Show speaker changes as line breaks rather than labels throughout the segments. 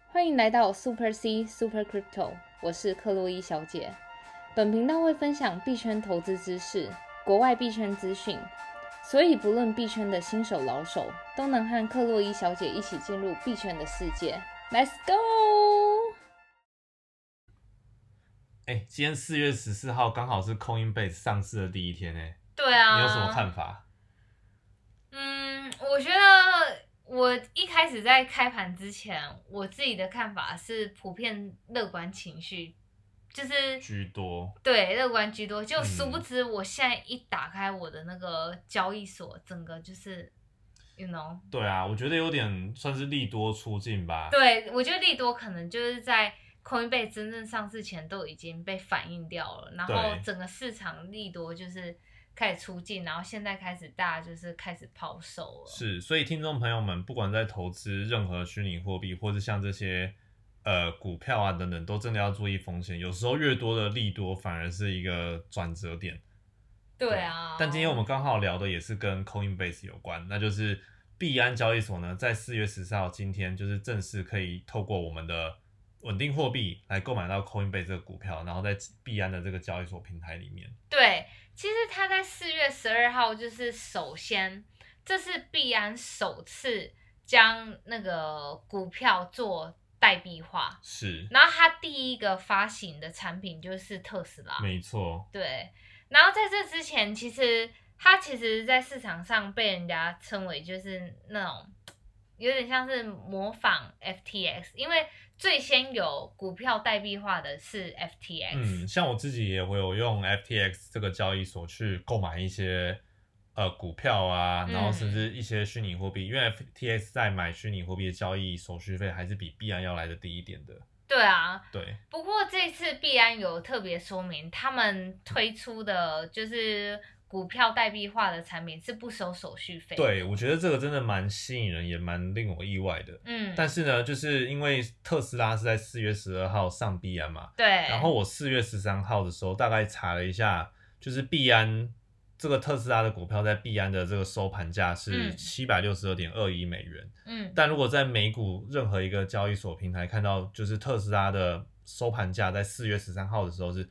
欢迎来到 Super C Super Crypto， 我是克洛伊小姐。本频道会分享币圈投资知识、国外币圈资讯，所以不论币圈的新手老手，都能和克洛伊小姐一起进入币圈的世界。Let's go！
今天4月14号刚好是 Coinbase 上市的第一天
对啊，
你有什么看法？
我觉得我一开始在开盘之前，我自己的看法是普遍乐观情绪，就是
居多，
对，乐观居多。就殊不知，我现在一打开我的那个交易所，整个就是，you know，
对啊，我觉得有点算是利多出尽吧。
对，我觉得利多可能就是在 Coinbase 真正上市前都已经被反映掉了，然后整个市场利多就是开始出尽，然后现在开始大家就是开始抛售了。
是，所以听众朋友们，不管在投资任何虚拟货币，或是像这些股票啊等等，都真的要注意风险。有时候越多的利多反而是一个转折点。
对啊，
但今天我们刚好聊的也是跟 Coinbase 有关，那就是币安交易所呢，在4月14号今天就是正式可以透过我们的稳定货币来购买到 Coinbase 这个股票，然后在币安的这个交易所平台里面。
对，其实它在4月12号就是首先，这是币安首次将那个股票做代币化，
是，
然后它第一个发行的产品就是特斯拉，
没错，
对，然后在这之前，它其实在市场上被人家称为就是那种有点像是模仿 FTX， 因为最先有股票代币化的是 FTX。
像我自己也会有用 FTX 这个交易所去购买一些股票啊，然后甚至一些虚拟货币，因为 FTX 在买虚拟货币的交易手续费还是比币安要来的低一点的。
对啊，
对。
不过这次币安有特别说明，他们推出的就是股票代币化的产品是不收手续费的。
对，我觉得这个真的蛮吸引人，也蛮令我意外的。但是呢，就是因为特斯拉是在4月12号上币安嘛，
对。
然后我4月13号的时候大概查了一下，就是币安这个特斯拉的股票在币安的这个收盘价是762.21美元。但如果在美股任何一个交易所平台看到，就是特斯拉的收盘价在4月13号的时候是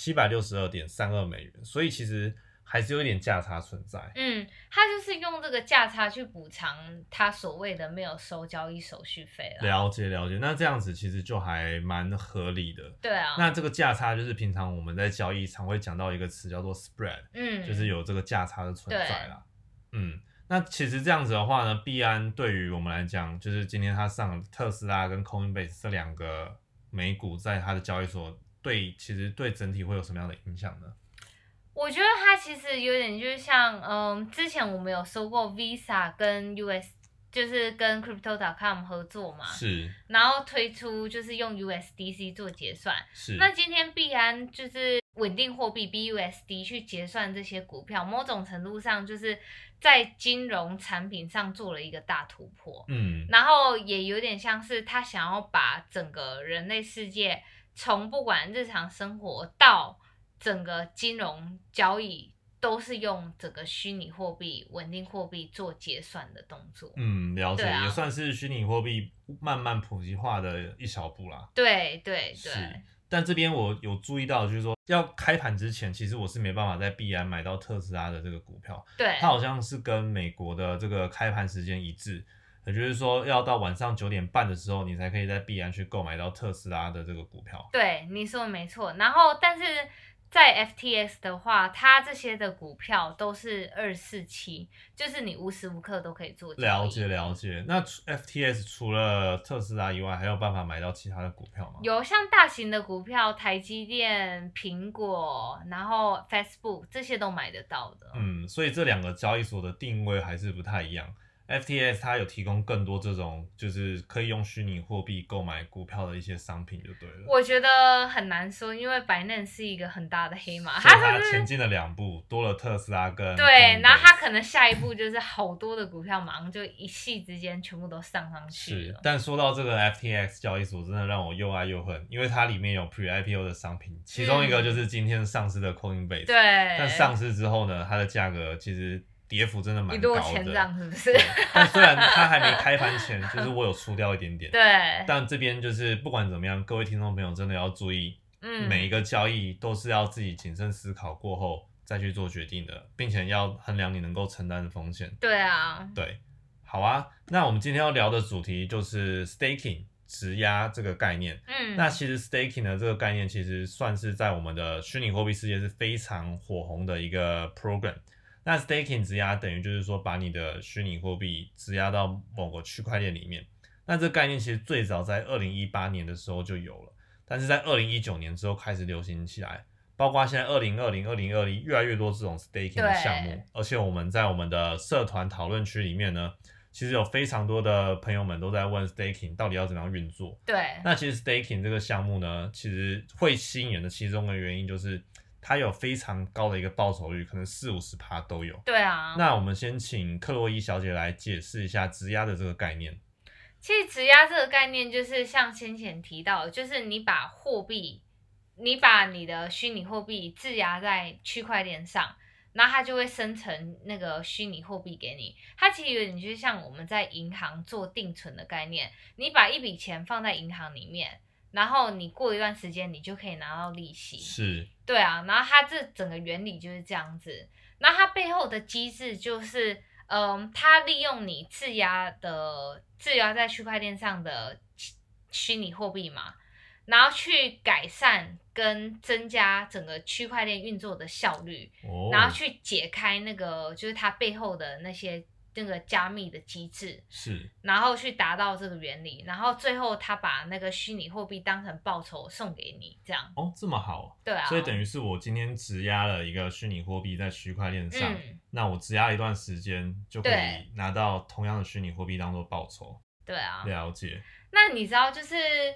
762.32美元，所以其实还是有一点价差存在。
他就是用这个价差去补偿他所谓的没有收交易手续费啦。
了解，那这样子其实就还蛮合理的。
对啊，
那这个价差就是平常我们在交易常会讲到一个词叫做 spread，就是有这个价差的存在啦。那其实这样子的话呢，币安对于我们来讲，就是今天它上特斯拉跟 Coinbase 这两个美股在它的交易所，其实对整体会有什么样的影响呢？
我觉得它其实有点就像，之前我们有说过 Visa 跟 就是跟 Crypto.com 合作嘛，
是，
然后推出就是用 USDC 做结算。
是，
那今天币安就是稳定货币 BUSD 去结算这些股票，某种程度上就是在金融产品上做了一个大突破。然后也有点像是他想要把整个人类世界从不管日常生活到整个金融交易都是用整个虚拟货币、稳定货币做结算的动作。
了解，也算是虚拟货币慢慢普及化的一小步啦。
对。
是，但这边我有注意到，就是说要开盘之前，其实我是没办法在币安买到特斯拉的这个股票。
对，
它好像是跟美国的这个开盘时间一致，也就是说要到晚上9点半的时候，你才可以在币安去购买到特斯拉的这个股票。
对，你说的没错。然后，但是在 FTX 的话，它这些的股票都是247，就是你无时无刻都可以做交易。
了解。那 FTX 除了特斯拉以外，还有办法买到其他的股票吗？
有，像大型的股票，台积电、苹果，然后 Facebook 这些都买得到的。
所以这两个交易所的定位还是不太一样。FTX 它有提供更多这种就是可以用虚拟货币购买股票的一些商品就对了。
我觉得很难说，因为 Binance 是一个很大的黑马，
它前进了2步，多了特斯拉跟
对，然后它可能下一步就是好多的股票马上就一夕之间全部都上去了。
是，但说到这个 FTX 交易所，真的让我又爱又恨，因为它里面有 Pre-IPO 的商品，其中一个就是今天上市的 Coinbase。
对，
但上市之后呢，它的价格其实跌幅真的蛮高的，
一落千丈是不是？
但虽然它还没开盘前，就是我有出掉一点点，
对，
但这边就是不管怎么样，各位听众朋友真的要注意，每一个交易都是要自己谨慎思考过后再去做决定的，并且要衡量你能够承担的风险。
对啊，
对，好啊，那我们今天要聊的主题就是 staking。质押这个概念，那其实 staking 的这个概念其实算是在我们的虚拟货币世界是非常火红的一个 program。那 staking 质押等于就是说把你的虚拟货币质押到某个区块链里面。那这个概念其实最早在2018年的时候就有了，但是在2019年之后开始流行起来，包括现在2020、2021越来越多这种 staking 的项目，而且我们在我们的社团讨论区里面呢。其实有非常多的朋友们都在问 staking 到底要怎么样运作。
对，
那其实 staking 这个项目呢，其实会吸引人的其中的原因就是它有非常高的一个报酬率，可能40-50% 都有。
对啊。
那我们先请克洛伊小姐来解释一下质押的这个概念。
其实质押这个概念就是像先前提到的，就是你把你的虚拟货币质押在区块链上。然后它就会生成那个虚拟货币给你，它其实有点就像我们在银行做定存的概念，你把一笔钱放在银行里面，然后你过一段时间你就可以拿到利息。
是，
对啊，然后它这整个原理就是这样子，然后它背后的机制就是，它利用你质押在区块链上的虚拟货币嘛。然后去改善跟增加整个区块链运作的效率，然后去解开那个就是它背后的那个加密的机制，
是，
然后去达到这个原理，然后最后他把那个虚拟货币当成报酬送给你，这样。
这么好。
对啊。
所以等于是我今天质押了一个虚拟货币在区块链上，那我质押一段时间就可以拿到同样的虚拟货币当做报酬。
对啊。
了解。
那你知道就是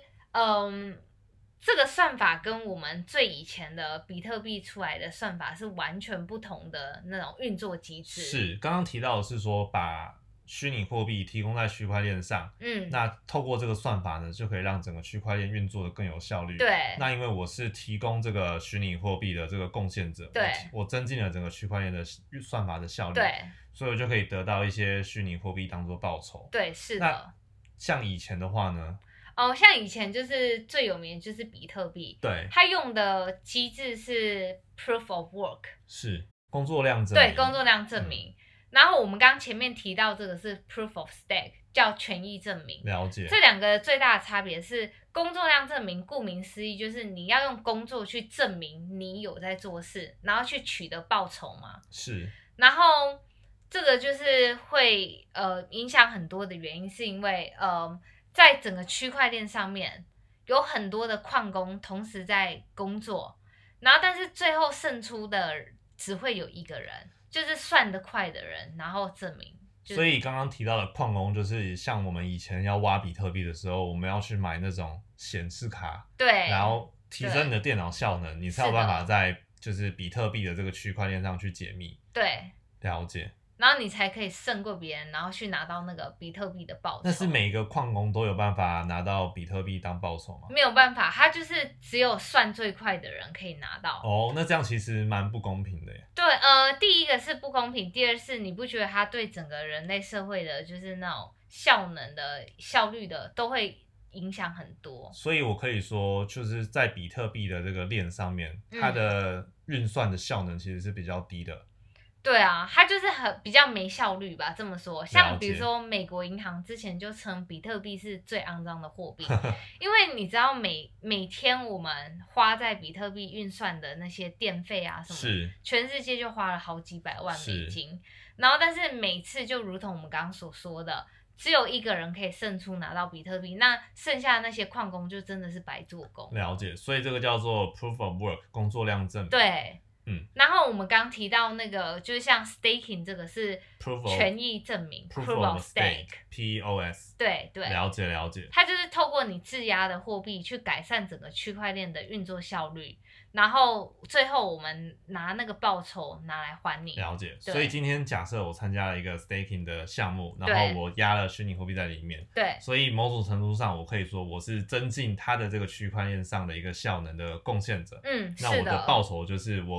这个算法跟我们最以前的比特币出来的算法是完全不同的那种运作机制。
是，刚刚提到的是说把虚拟货币提供在区块链上，那透过这个算法呢，就可以让整个区块链运作的更有效率。
对。
那因为我是提供这个虚拟货币的这个贡献者，
对，
我增进了整个区块链的算法的效率，
对，
所以我就可以得到一些虚拟货币当做报酬。
对，是的。
那像以前的话呢？
像以前就是最有名的就是比特币，
对，
它用的机制是 proof of work，
是工作量证明，
对，工作量证明。然后我们刚前面提到这个是 proof of stake， 叫权益证明。
了解。
这两个最大的差别是工作量证明，顾名思义就是你要用工作去证明你有在做事，然后去取得报酬嘛。
是。
然后这个就是会影响很多的原因，是因为在整个区块链上面有很多的矿工同时在工作，然后但是最后胜出的只会有一个人，就是算得快的人，然后证明。
所以刚刚提到的矿工就是像我们以前要挖比特币的时候，我们要去买那种显示卡，
对，
然后提升你的电脑效能，你才有办法在就是比特币的这个区块链上去解密。
对，
了解。
然后你才可以胜过别人，然后去拿到那个比特币的报酬。
但是每一个矿工都有办法拿到比特币当报酬吗？
没有办法，他就是只有算最快的人可以拿到。
那这样其实蛮不公平的耶。
对，第一个是不公平，第二是你不觉得他对整个人类社会的，就是那种效能的、效率的，都会影响很多。
所以我可以说，就是在比特币的这个链上面，它的运算的效能其实是比较低的。
对啊，它就是比较没效率吧，这么说。像比如说美国银行之前就称比特币是最肮脏的货币，因为你知道每天我们花在比特币运算的那些电费啊什么，
是
全世界就花了好几百万美金。然后但是每次就如同我们刚刚所说的，只有一个人可以胜出拿到比特币，那剩下的那些矿工就真的是白做工。
了解，所以这个叫做 proof of work， 工作量证明。
对。然后我们刚提到那个，就是像 staking 这个是权益证明
，proof of stake，POS。
对，
了解。
它就是透过你质押的货币去改善整个区块链的运作效率，然后最后我们拿那个报酬拿来还你。
了解。所以今天假设我参加了一个 staking 的项目，然后我押了虚拟货币在里面，
对，
所以某种程度上我可以说我是增进它的这个区块链上的一个效能的贡献者。
那
我的报酬就是我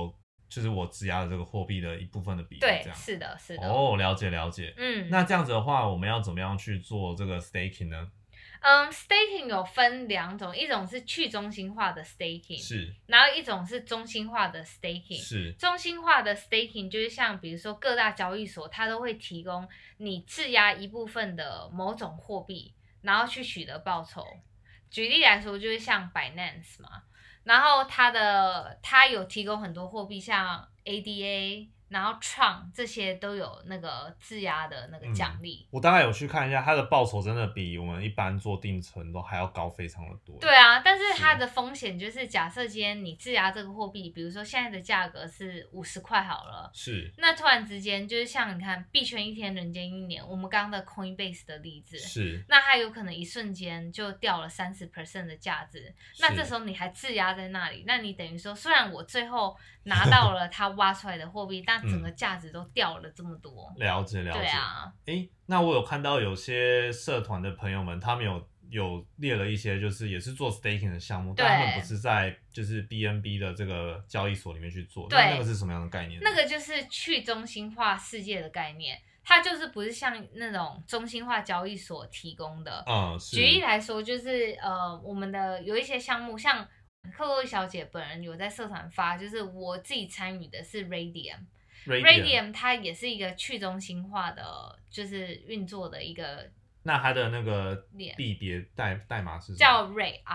就是我质押的这个货币的一部分的比例，
对，
这样
是的，是的。
哦，了解了解。那这样子的话，我们要怎么样去做这个 staking 呢
？staking 有分2种，一种是去中心化的 staking，
是，
然后一种是中心化的 staking。
是，
中心化的 staking 就是像比如说各大交易所，它都会提供你质押一部分的某种货币，然后去取得报酬。举例来说，就是像 Binance 嘛，然后它有提供很多货币，像 ADA。然后Tron这些都有那个质押的那个奖励。
我大概有去看一下，它的报酬真的比我们一般做定存都还要高非常的多。
对啊，但是它的风险就是，假设今天你质押这个货币，比如说现在的价格是50块好了，
是，
那突然之间就是像你看币圈一天人间一年，我们刚刚的 Coinbase 的例子，
是，
那它有可能一瞬间就掉了30% 的价值，那这时候你还质押在那里，那你等于说，虽然我最后拿到了它挖出来的货币，但整个价值都掉了这么多。
了解了解。
对啊。
那我有看到有些社团的朋友们，他们有列了一些，就是也是做 staking 的项目，但他们不是在就是 BNB 的这个交易所里面去做。那个是什么样的概念？
那个就是去中心化世界的概念。它就是不是像那种中心化交易所提供的。举例来说，就是我们的有一些项目，像克洛伊小姐本人有在社团发，就是我自己参与的是 Radium， 它也是一个去中心化的，就是运作的一个。
那它的那个币别代码是什么？
叫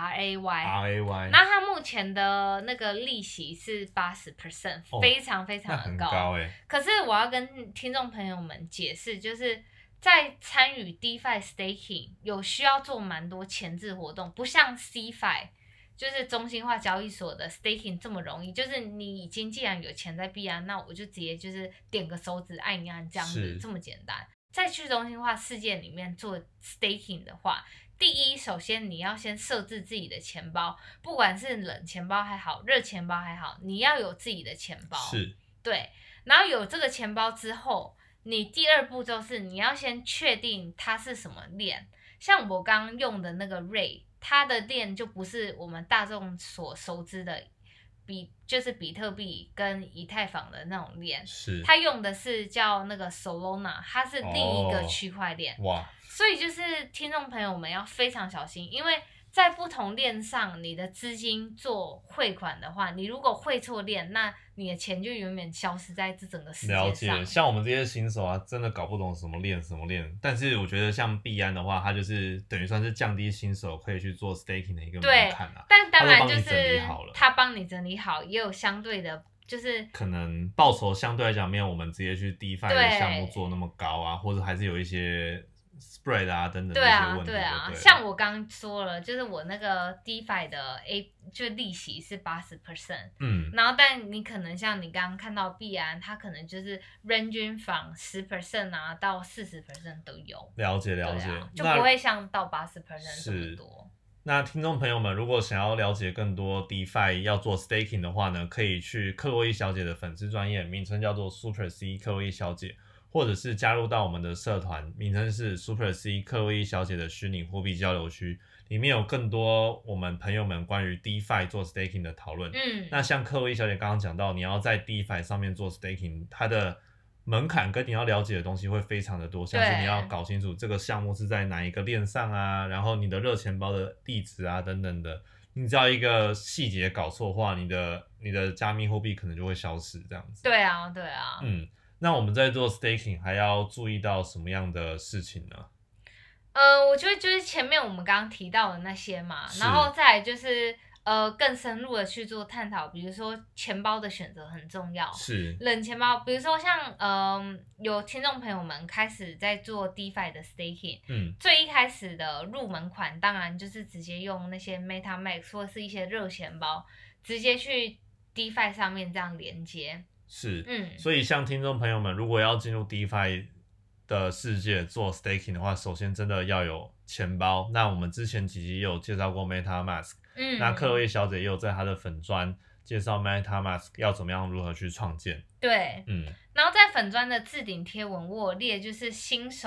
RAY。那它目前的那个利息是80%，非常非常的
很高
可是我要跟听众朋友们解释，就是在参与 DeFi Staking 有需要做蛮多前置活动，不像 CeFi。就是中心化交易所的 staking 这么容易，就是你已经既然有钱在币安，那我就直接就是点个手指按一按这样子，这么简单。在去中心化世界里面做 staking 的话，第一，首先你要先设置自己的钱包，不管是冷钱包还好，热钱包还好，你要有自己的钱包。
是，
对。然后有这个钱包之后，你第二步就是你要先确定它是什么链，像我刚刚用的那个 Ray。它的链就不是我们大众所熟知的就是比特币跟以太坊的那种链，
是
它用的是叫那个 Solana， 它是另一个区块链。
哇！
所以就是听众朋友们要非常小心，因为在不同链上，你的资金做汇款的话，你如果汇错链，那你的钱就永远消失在这整个世界上。
了解，像我们这些新手啊，真的搞不懂什么链。但是我觉得像币安的话，它就是等于算是降低新手可以去做 staking 的一个门槛啊。
但当然就是它帮你整理好，也有相对的，就是
可能报酬相对来讲没有我们直接去 DeFi 的项目做那么高啊，或者还是有一些。spread 啊等等这些问题。
对啊，像我刚刚说了，就是我那个 DeFi 的就利息是80%，然后但你可能像你刚刚看到币安，它可能就是 ranging from 10% 啊到40% 都有。
了解，
就不会像到80% 这么多。
那听众朋友们，如果想要了解更多 DeFi 要做 staking 的话呢，可以去克洛伊小姐的粉丝专页，名称叫做 Super C 克洛伊小姐。或者是加入到我们的社团，名称是 Super C 克洛伊小姐的虚拟货币交流区，里面有更多我们朋友们关于 DeFi 做 staking 的讨论。那像克洛伊小姐刚刚讲到，你要在 DeFi 上面做 staking， 它的门槛跟你要了解的东西会非常的多，像是你要搞清楚这个项目是在哪一个链上啊，然后你的热钱包的地址啊等等的，你只要一个细节搞错的话，你的加密货币可能就会消失这样子。
对啊。
那我们在做 staking 还要注意到什么样的事情呢？
我觉得就是前面我们刚刚提到的那些嘛，然后再来就是更深入的去做探讨，比如说钱包的选择很重要，
是
冷钱包，比如说像有听众朋友们开始在做 DeFi 的 staking，最一开始的入门款当然就是直接用那些 MetaMask 或是一些热钱包，直接去 DeFi 上面这样连接。
所以像听众朋友们，如果要进入 DeFi 的世界做 staking 的话，首先真的要有钱包。那我们之前几集也有介绍过 MetaMask，那克洛伊小姐也有在她的粉专介绍 MetaMask 要怎么样如何去创建。
对，然后在粉专的置顶贴文我有列就是新手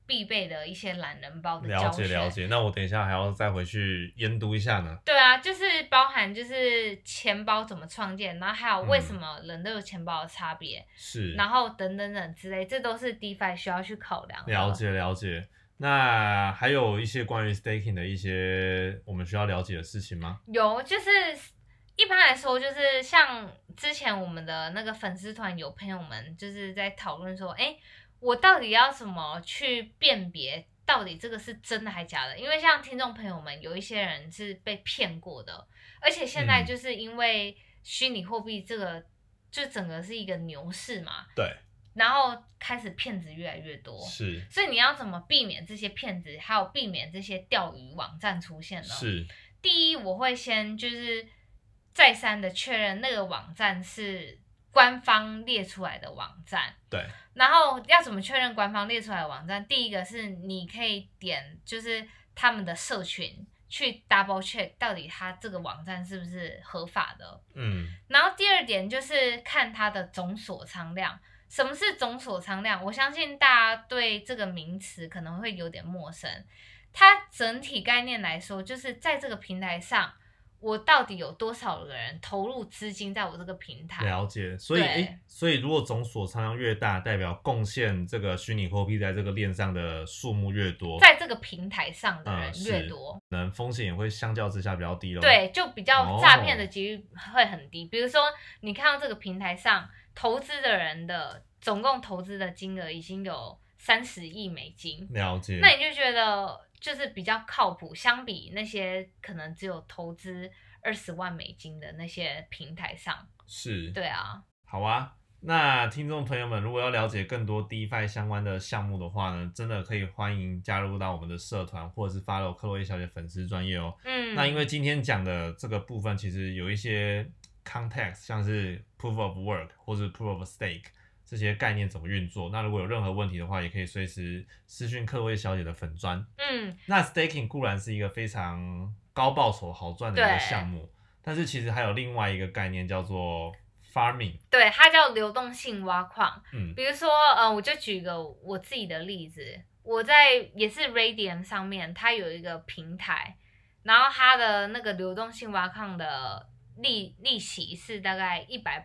必备的一些懒人包的教学。
了解。那我等一下还要再回去研读一下呢。
对啊，就是包含就是钱包怎么创建，然后还有为什么人都有钱包的差别，
是，
然后等等之类，这都是 DeFi 需要去考量的。
了解。那还有一些关于 staking 的一些我们需要了解的事情吗？
有，就是一般来说，就是像之前我们的那个粉丝团有朋友们就是在讨论说，我到底要怎么去辨别到底这个是真的还假的？因为像听众朋友们有一些人是被骗过的，而且现在就是因为虚拟货币这个就整个是一个牛市嘛，
对，
然后开始骗子越来越多，
是，
所以你要怎么避免这些骗子，还有避免这些钓鱼网站出现呢？
是，
第一，我会先就是再三的确认那个网站是官方列出来的网站，
对。
然后要怎么确认官方列出来的网站？第一个是你可以点就是他们的社群去 double check 到底他这个网站是不是合法的，然后第二点就是看它的总锁仓量。什么是总锁仓量？我相信大家对这个名词可能会有点陌生。它整体概念来说，就是在这个平台上，我到底有多少个人投入资金在我这个平台？
了解。所以如果总锁仓量越大，代表贡献这个虚拟货币在这个链上的数目越多，
在这个平台上的人越多，
可能风险也会相较之下比较低咯。
对，就比较诈骗的几率会很低。比如说，你看到这个平台上投资的人的总共投资的金额已经有30亿美金，
了解。
那你就觉得就是比较靠谱，相比那些可能只有投资20万美金的那些平台上。
是，
对啊。
好啊，那听众朋友们，如果要了解更多 DeFi 相关的项目的话呢，真的可以欢迎加入到我们的社团，或者是 follow 克洛伊小姐粉丝专页哦。那因为今天讲的这个部分，其实有一些 context， 像是 Proof of Work 或是 Proof of Stake 这些概念怎么运作。那如果有任何问题的话，也可以随时私讯克洛伊小姐的粉专。那 Staking 固然是一个非常高报酬好赚的一个项目，但是其实还有另外一个概念叫做farming，
对，它叫流动性挖矿。比如说，我就举一个我自己的例子，我在也是 Raydium 上面，它有一个平台，然后它的那个流动性挖矿的利息是大概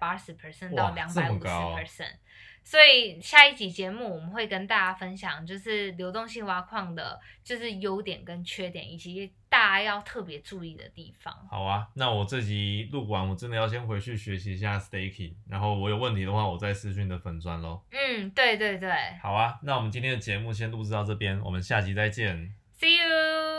180% 到250%。所以下一集节目我们会跟大家分享，就是流动性挖矿的，就是优点跟缺点，以及大家要特别注意的地方。
好啊，那我这集录完，我真的要先回去学习一下 staking， 然后我有问题的话，我再私讯的粉专咯。
对。
好啊，那我们今天的节目先录制到这边，我们下集再见。
See you。